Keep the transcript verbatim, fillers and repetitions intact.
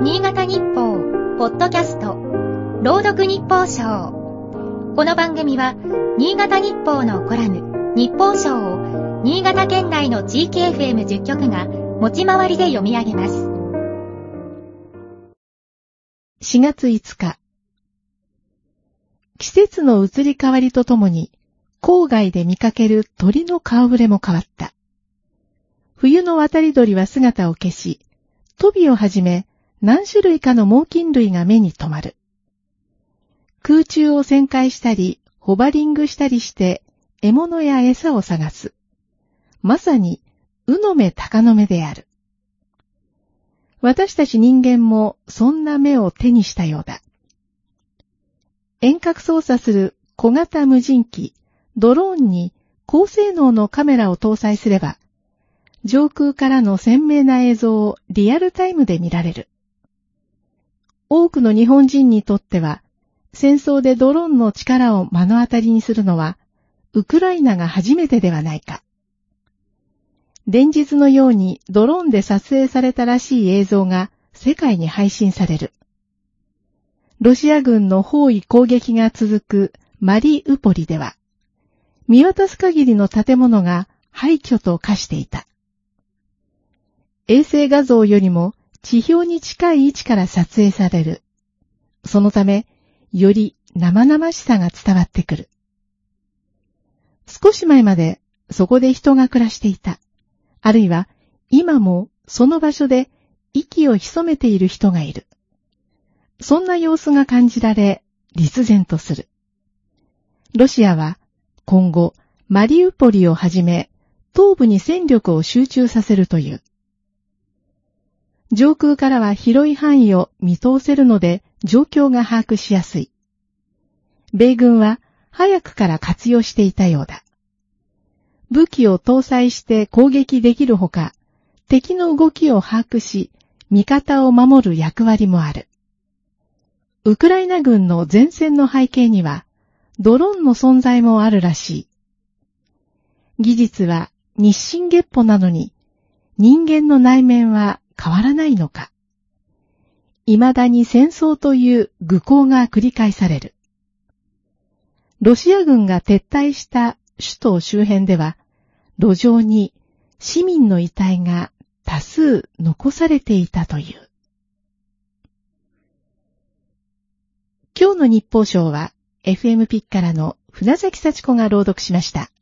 新潟日報ポッドキャスト朗読日報賞。この番組は新潟日報のコラム日報賞を新潟県内の地域 エフエムじゅっ 局が持ち回りで読み上げます。 しがついつか、季節の移り変わりとともに郊外で見かける鳥の顔ぶれも変わった。冬の渡り鳥は姿を消し、トビをはじめ何種類かの猛禽類が目に留まる。空中を旋回したり、ホバリングしたりして獲物や餌を探す。まさに、鵜の目鷹の目である。私たち人間もそんな目を手にしたようだ。遠隔操作する小型無人機、ドローンに高性能のカメラを搭載すれば、上空からの鮮明な映像をリアルタイムで見られる。多くの日本人にとっては、戦争でドローンの力を目の当たりにするのは、ウクライナが初めてではないか。連日のようにドローンで撮影されたらしい映像が世界に配信される。ロシア軍の包囲攻撃が続くマリウポリでは、見渡す限りの建物が廃墟と化していた。衛星画像よりも地表に近い位置から撮影される。そのため、より生々しさが伝わってくる。少し前までそこで人が暮らしていた。あるいは今もその場所で息を潜めている人がいる。そんな様子が感じられ、立然とする。ロシアは今後マリウポリをはじめ東部に戦力を集中させるという。上空からは広い範囲を見通せるので状況が把握しやすい。米軍は早くから活用していたようだ。武器を搭載して攻撃できるほか、敵の動きを把握し、味方を守る役割もある。ウクライナ軍の前線の背景には、ドローンの存在もあるらしい。技術は日進月歩なのに、人間の内面は変わらないのか。未だに戦争という愚行が繰り返される。ロシア軍が撤退した首都周辺では、路上に市民の遺体が多数残されていたという。今日の日報賞は エフエム ピッからの船崎幸子が朗読しました。